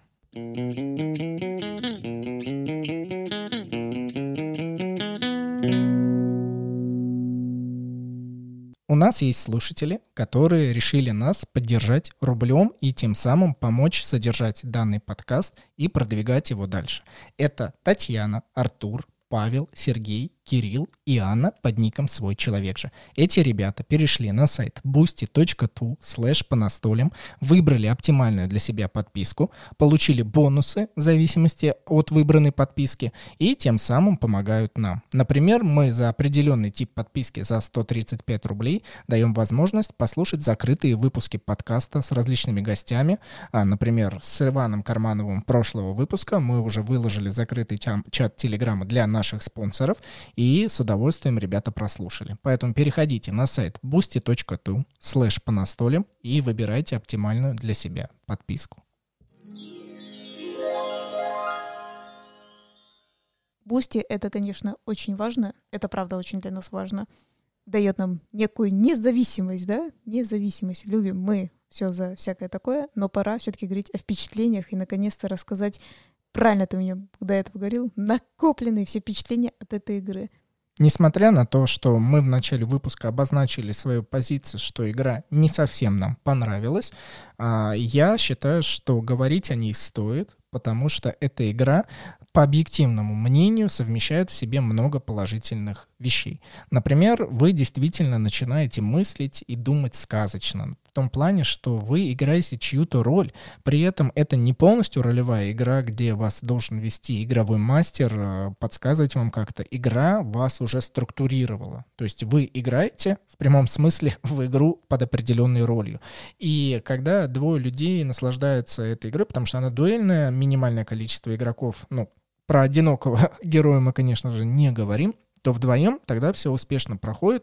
У нас есть слушатели, которые решили нас поддержать рублем и тем самым помочь содержать данный подкаст и продвигать его дальше. Это Татьяна, Артур, Павел, Сергей, Кирилл и Анна под ником «Свой человек же». Эти ребята перешли на сайт boosty точка ту слэш по настолям, выбрали оптимальную для себя подписку, получили бонусы в зависимости от выбранной подписки и тем самым помогают нам. Например, мы за определенный тип подписки за сто тридцать пять рублей даем возможность послушать закрытые выпуски подкаста с различными гостями. А, например, с Иваном Кармановым прошлого выпуска мы уже выложили закрытый тя- чат Телеграма для наших спонсоров, и с удовольствием ребята прослушали. Поэтому переходите на сайт boosty точка ту слэш по настолям и выбирайте оптимальную для себя подписку. Boosty — это, конечно, очень важно. Это, правда, очень для нас важно. Дает нам некую независимость, да? Независимость. Любим мы все за всякое такое, но пора все-таки говорить о впечатлениях и, наконец-то, рассказать, правильно ты мне до этого говорил, накопленные все впечатления от этой игры. Несмотря на то, что мы в начале выпуска обозначили свою позицию, что игра не совсем нам понравилась, я считаю, что говорить о ней стоит, потому что эта игра, по объективному мнению, совмещает в себе много положительных вещей. Например, вы действительно начинаете мыслить и думать сказочно. В том плане, что вы играете чью-то роль. При этом это не полностью ролевая игра, где вас должен вести игровой мастер, подсказывать вам как-то. Игра вас уже структурировала. То есть вы играете в прямом смысле в игру под определенной ролью. И когда двое людей наслаждаются этой игрой, потому что она дуэльная, минимальное количество игроков, ну, про одинокого героя мы, конечно же, не говорим, то вдвоем тогда все успешно проходит,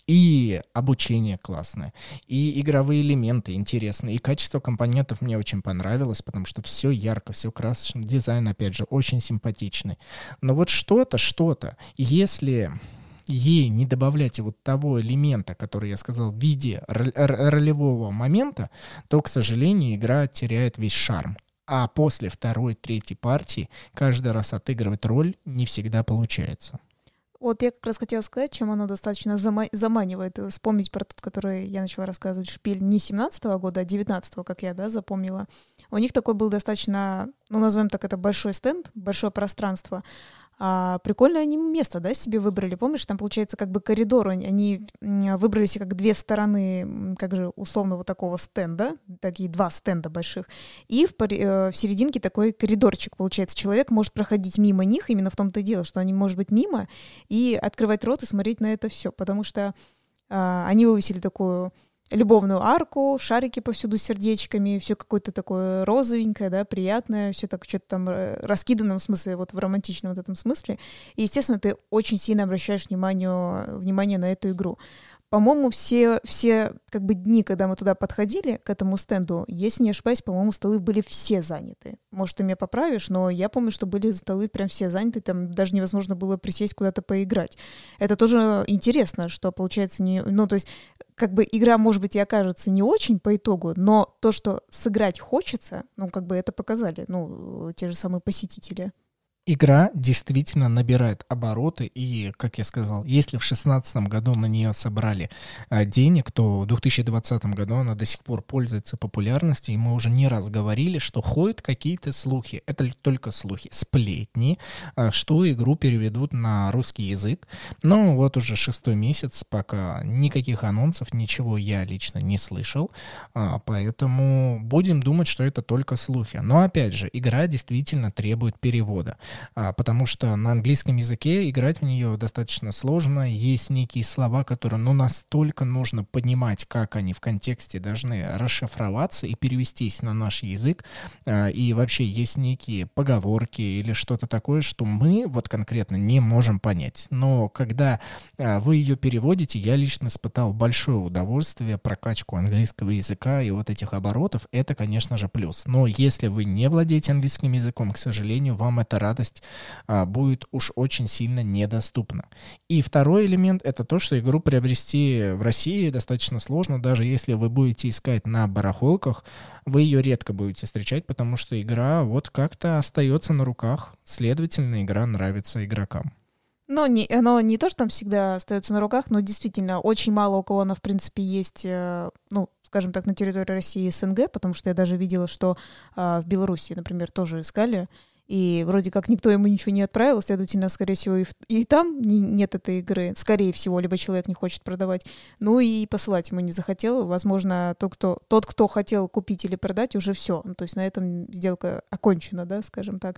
и обучение классное, и игровые элементы интересные, и качество компонентов мне очень понравилось, потому что все ярко, все красочно, дизайн, опять же, очень симпатичный. Но вот что-то, что-то, если ей не добавлять вот того элемента, который я сказал, в виде ролевого момента, то, к сожалению, игра теряет весь шарм. А после второй, третьей партии каждый раз отыгрывать роль не всегда получается. Вот я как раз хотела сказать, чем оно достаточно зама- заманивает. Вспомнить про тот, который я начала рассказывать, шпиль не семнадцатого года, а девятнадцатого, как я, да, запомнила. У них такой был достаточно, ну, назовем так, это большой стенд, большое пространство. А, прикольное они место, да, себе выбрали. Помнишь, там, получается, как бы коридор. Они выбрали себе как две стороны, как же, условного такого стенда, такие два стенда больших. И в, в серединке такой коридорчик, получается. Человек может проходить мимо них, именно в том-то и дело, что они, может быть, мимо, и открывать рот и смотреть на это все. Потому что а, они вывесили такую любовную арку, шарики повсюду с сердечками, все какое-то такое розовенькое, да, приятное, все так что-то там раскидано, в смысле, вот в романтичном вот этом смысле. И, естественно, ты очень сильно обращаешь внимание, внимание на эту игру. По-моему, все, все как бы дни, когда мы туда подходили, к этому стенду, если не ошибаюсь, по-моему, столы были все заняты. Может, ты меня поправишь, но я помню, что были столы прям все заняты, там даже невозможно было присесть куда-то поиграть. Это тоже интересно, что получается не... Ну, то есть, как бы игра, может быть, и окажется не очень по итогу, но то, что сыграть хочется, ну, как бы это показали, ну, те же самые посетители. Игра действительно набирает обороты, и, как я сказал, если в шестнадцатом году на нее собрали а, денег, то в две тысячи двадцатом году она до сих пор пользуется популярностью, и мы уже не раз говорили, что ходят какие-то слухи, это только слухи, сплетни, а, что игру переведут на русский язык, но вот уже шестой месяц, пока никаких анонсов, ничего я лично не слышал, а, поэтому будем думать, что это только слухи. Но опять же, игра действительно требует перевода. А, потому что на английском языке играть в нее достаточно сложно, есть некие слова, которые ну, настолько нужно понимать, как они в контексте должны расшифроваться и перевестись на наш язык, а, и вообще есть некие поговорки или что-то такое, что мы вот конкретно не можем понять. Но когда а, вы ее переводите, я лично испытал большое удовольствие, прокачку английского языка и вот этих оборотов, это, конечно же, плюс. Но если вы не владеете английским языком, к сожалению, вам эта радость а, будет уж очень сильно недоступна. И второй элемент — это то, что игру приобрести в России достаточно сложно. Даже если вы будете искать на барахолках, вы ее редко будете встречать, потому что игра вот как-то остается на руках. Следовательно, игра нравится игрокам. Ну, не, оно не то, что там всегда остается на руках, но действительно очень мало у кого она, в принципе, есть, э, ну, скажем так, на территории России и СНГ, потому что я даже видела, что э, в Беларуси, например, тоже искали. И вроде как никто ему ничего не отправил, следовательно, скорее всего, и, в, и там не, нет этой игры, скорее всего, либо человек не хочет продавать, ну и посылать ему не захотел. Возможно, тот, кто, тот, кто хотел купить или продать, уже все. Ну, то есть на этом сделка окончена, да, скажем так.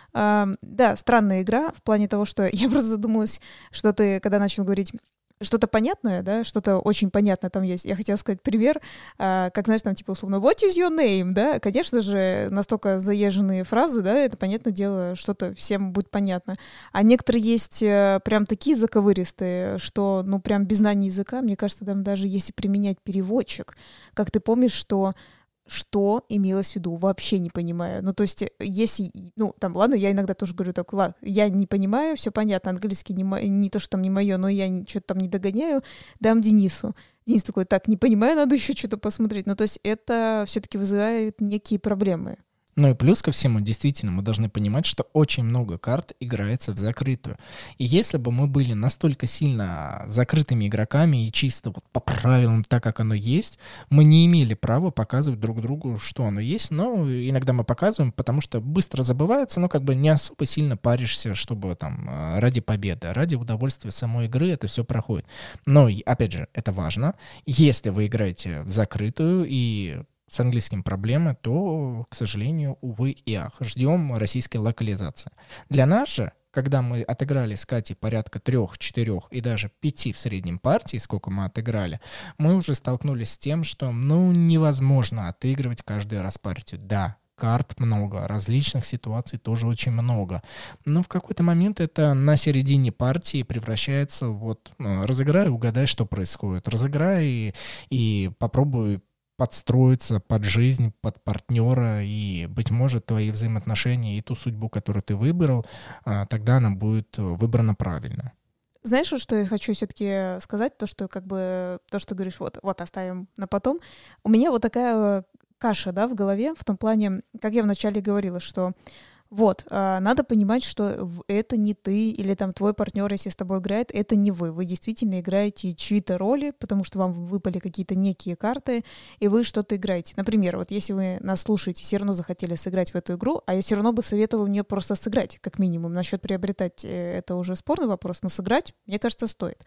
А, да, странная игра в плане того, что я просто задумалась, что ты, когда начал говорить что-то понятное, да, что-то очень понятное там есть. Я хотела сказать пример, а, как, знаешь, там, типа, условно, what is your name, да, конечно же, настолько заезженные фразы, да, это, понятное дело, что-то всем будет понятно. А некоторые есть а, прям такие заковыристые, что, ну, прям без знания языка, мне кажется, там даже если применять переводчик, как ты помнишь, что что имелось в виду, вообще не понимаю. Ну, то есть, если, ну, там, ладно, я иногда тоже говорю так, ладно, я не понимаю, все понятно, английский не, мо- не то, что там не мое, но я что-то там не догоняю, дам Денису. Денис такой, так, не понимаю, надо еще что-то посмотреть. Ну, то есть, это все-таки вызывает некие проблемы. Ну и плюс ко всему, действительно, мы должны понимать, что очень много карт играется в закрытую. И если бы мы были настолько сильно закрытыми игроками и чисто вот по правилам, так как оно есть, мы не имели права показывать друг другу, что оно есть. Но иногда мы показываем, потому что быстро забывается, но как бы не особо сильно паришься, чтобы там ради победы, ради удовольствия самой игры это все проходит. Но, опять же, это важно. Если вы играете в закрытую и с английским проблемы, то, к сожалению, увы и ах, ждем российской локализации. Для нас же, когда мы отыграли с Катей порядка трех, четырех и даже пяти в среднем партий, сколько мы отыграли, мы уже столкнулись с тем, что, ну, невозможно отыгрывать каждый раз партию. Да, карт много, различных ситуаций тоже очень много. Но в какой-то момент это на середине партии превращается вот, разыграй, угадай, что происходит. Разыграй и, и попробуй подстроиться под жизнь, под партнера, и, быть может, твои взаимоотношения и ту судьбу, которую ты выбрал, тогда она будет выбрана правильно. Знаешь, вот что я хочу все-таки сказать, то, что как бы, то, что говоришь, вот, вот оставим на потом. У меня вот такая каша, да, в голове, в том плане, как я вначале говорила, что вот, а, надо понимать, что это не ты или там твой партнер, если с тобой играет, это не вы. Вы действительно играете чьи-то роли, потому что вам выпали какие-то некие карты, и вы что-то играете. Например, вот если вы нас слушаете, все равно захотели сыграть в эту игру, а я все равно бы советовала в нее просто сыграть, как минимум. Насчет приобретать это уже спорный вопрос, но сыграть, мне кажется, стоит.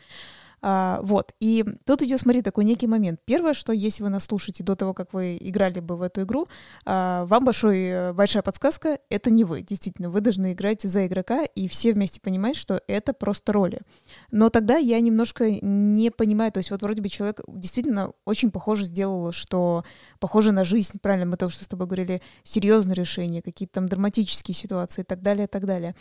А, вот, и тут идет, смотри, такой некий момент. Первое, что если вы нас слушаете до того, как вы играли бы в эту игру, а, вам большой, большая подсказка — это не вы, действительно, вы должны играть за игрока, и все вместе понимать, что это просто роли. Но тогда я немножко не понимаю, то есть вот вроде бы человек действительно очень похоже сделал, что похоже на жизнь, правильно, мы только что с тобой говорили, серьезные решения, какие-то там драматические ситуации и так далее, и так далее.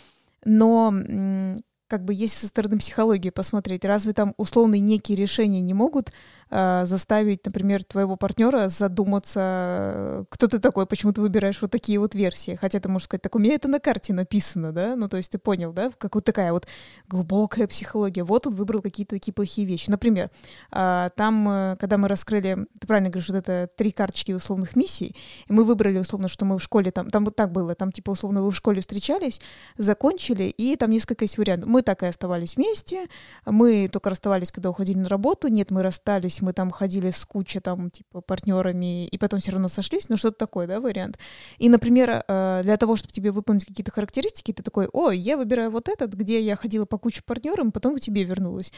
Но как бы если со стороны психологии посмотреть, разве там условные некие решения не могут э, заставить, например, твоего партнера задуматься, кто ты такой, почему ты выбираешь вот такие вот версии. Хотя ты можешь сказать, так у меня это на карте написано, да, ну то есть ты понял, да, как вот такая вот глубокая психология. Вот он выбрал какие-то такие плохие вещи. Например, э, там, э, когда мы раскрыли, ты правильно говоришь, вот это три карточки условных миссий, и мы выбрали условно, что мы в школе, там, там вот так было, там типа условно вы в школе встречались, закончили, и там несколько есть вариантов. Мы так и оставались вместе, мы только расставались, когда уходили на работу, нет, мы расстались, мы там ходили с кучей там типа партнерами, и потом все равно сошлись, ну что-то такое, да, вариант. И, например, для того, чтобы тебе выполнить какие-то характеристики, ты такой, ой, я выбираю вот этот, где я ходила по куче партнерам, потом к тебе вернулась.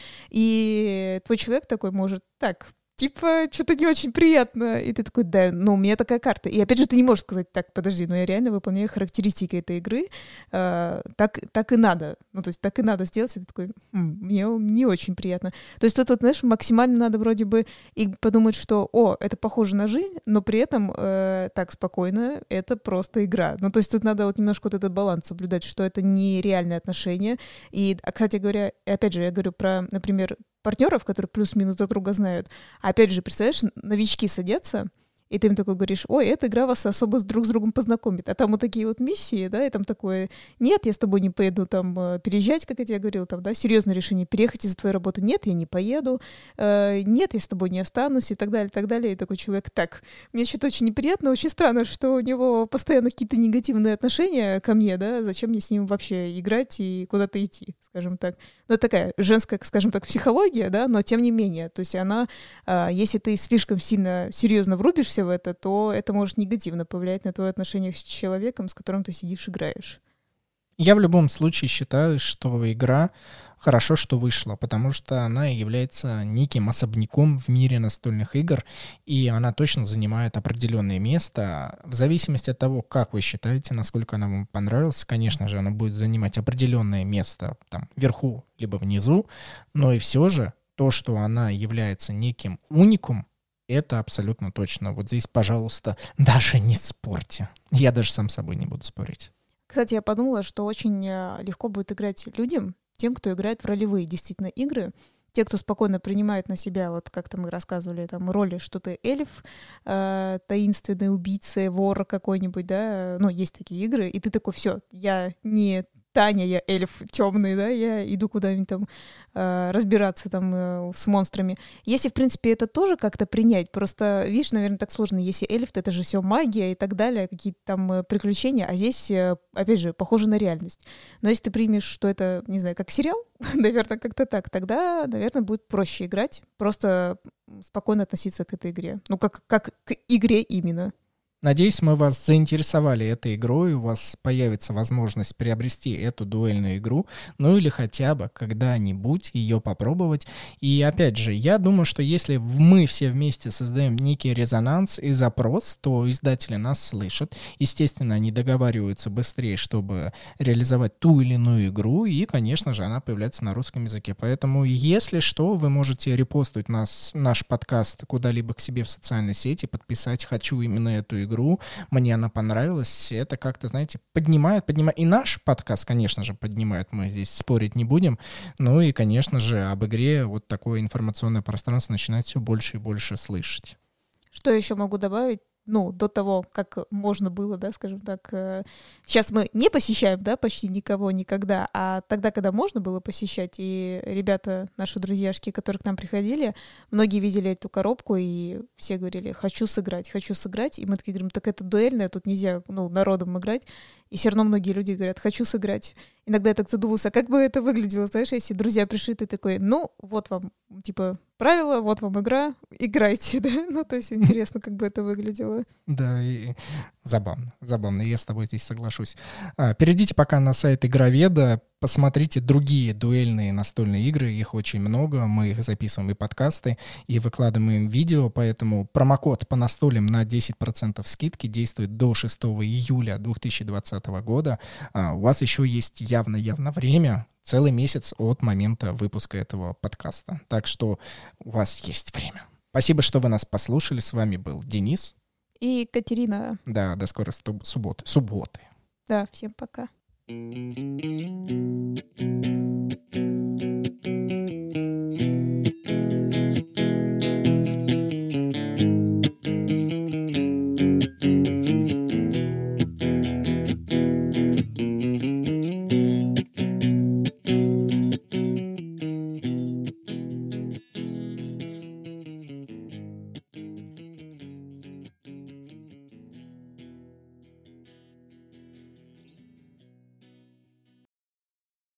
И твой человек такой может, так, типа, что-то не очень приятно. И ты такой, да, ну, у меня такая карта. И опять же, ты не можешь сказать, так, подожди, ну, я реально выполняю характеристики этой игры. Э, так, так и надо. Ну, то есть так и надо сделать. И ты такой, хм, мне не очень приятно. То есть тут, вот, знаешь, максимально надо вроде бы и подумать, что, о, это похоже на жизнь, но при этом э, так спокойно, это просто игра. Ну, то есть тут надо вот немножко вот этот баланс соблюдать, что это не реальные отношения. И, кстати говоря, опять же, я говорю про, например, партнеров, которые плюс-минус друг друга знают. А опять же, представляешь, новички садятся, и ты им такой говоришь, ой, эта игра вас особо с друг с другом познакомит. А там вот такие вот миссии, да, и там такое, нет, я с тобой не поеду там переезжать, как я тебе говорила, там, да, серьезное решение, переехать из-за твоей работы, нет, я не поеду, э, нет, я с тобой не останусь, и так далее, и так далее. И такой человек, так, мне что-то очень неприятно, очень странно, что у него постоянно какие-то негативные отношения ко мне, да, зачем мне с ним вообще играть и куда-то идти, скажем так. Ну, это такая женская, скажем так, психология, да, но тем не менее, то есть она, э, если ты слишком сильно серьезно врубишься в это, то это может негативно повлиять на твои отношения с человеком, с которым ты сидишь, играешь. Я в любом случае считаю, что игра хорошо, что вышла, потому что она является неким особняком в мире настольных игр, и она точно занимает определенное место. В зависимости от того, как вы считаете, насколько она вам понравилась, конечно же, она будет занимать определенное место там вверху либо внизу, но и все же то, что она является неким уникум, это абсолютно точно. Вот здесь, пожалуйста, даже не спорьте. Я даже сам с собой не буду спорить. Кстати, я подумала, что очень легко будет играть людям, тем, кто играет в ролевые действительно игры, те, кто спокойно принимает на себя, вот как-то мы рассказывали, там, роли, что ты эльф, э, таинственный убийца, вор какой-нибудь, да, ну, есть такие игры, и ты такой, все, я не Таня, я эльф темный, да, я иду куда-нибудь там э, разбираться там э, с монстрами. Если, в принципе, это тоже как-то принять, просто, видишь, наверное, так сложно, если эльф, то это же все магия и так далее, какие-то там э, приключения, а здесь, э, опять же, похоже на реальность. Но если ты примешь, что это, не знаю, как сериал, наверное, как-то так, тогда, наверное, будет проще играть, просто спокойно относиться к этой игре. Ну, как, как к игре именно. Надеюсь, мы вас заинтересовали этой игрой, у вас появится возможность приобрести эту дуэльную игру, ну или хотя бы когда-нибудь ее попробовать. И опять же, я думаю, что если мы все вместе создаем некий резонанс и запрос, то издатели нас слышат. Естественно, они договариваются быстрее, чтобы реализовать ту или иную игру, и, конечно же, она появляется на русском языке. Поэтому, если что, вы можете репостнуть нас, наш подкаст куда-либо к себе в социальной сети, подписать «Хочу именно эту игру», игру, мне она понравилась, это как-то, знаете, поднимает, поднимает, и наш подкаст, конечно же, поднимает, мы здесь спорить не будем, ну и, конечно же, об игре вот такое информационное пространство начинает все больше и больше слышать. Что еще могу добавить? Ну, до того, как можно было, да, скажем так. Сейчас мы не посещаем, да, почти никого никогда, а тогда, когда можно было посещать, и ребята, наши друзьяшки, которые к нам приходили, многие видели эту коробку, и все говорили, хочу сыграть, хочу сыграть, и мы такие говорим, так это дуэльная, тут нельзя, ну, народом играть, и все равно многие люди говорят, хочу сыграть. Иногда я так задумался, как бы это выглядело, знаешь, если друзья пришли, ты такой, ну, вот вам, типа, правила, вот вам игра, играйте, да? Ну, то есть интересно, как бы это выглядело. Да, и забавно, забавно, я с тобой здесь соглашусь. А, перейдите пока на сайт Игроведа, посмотрите другие дуэльные настольные игры, их очень много, мы их записываем и подкасты, и выкладываем видео, поэтому промокод по настолям на десять процентов скидки действует до шестого июля две тысячи двадцатого года. А, у вас еще есть явно-явно время, целый месяц от момента выпуска этого подкаста, так что у вас есть время. Спасибо, что вы нас послушали, с вами был Денис. И Катерина. Да, до скорой субботы. Субботы. Да, всем пока. Thank you.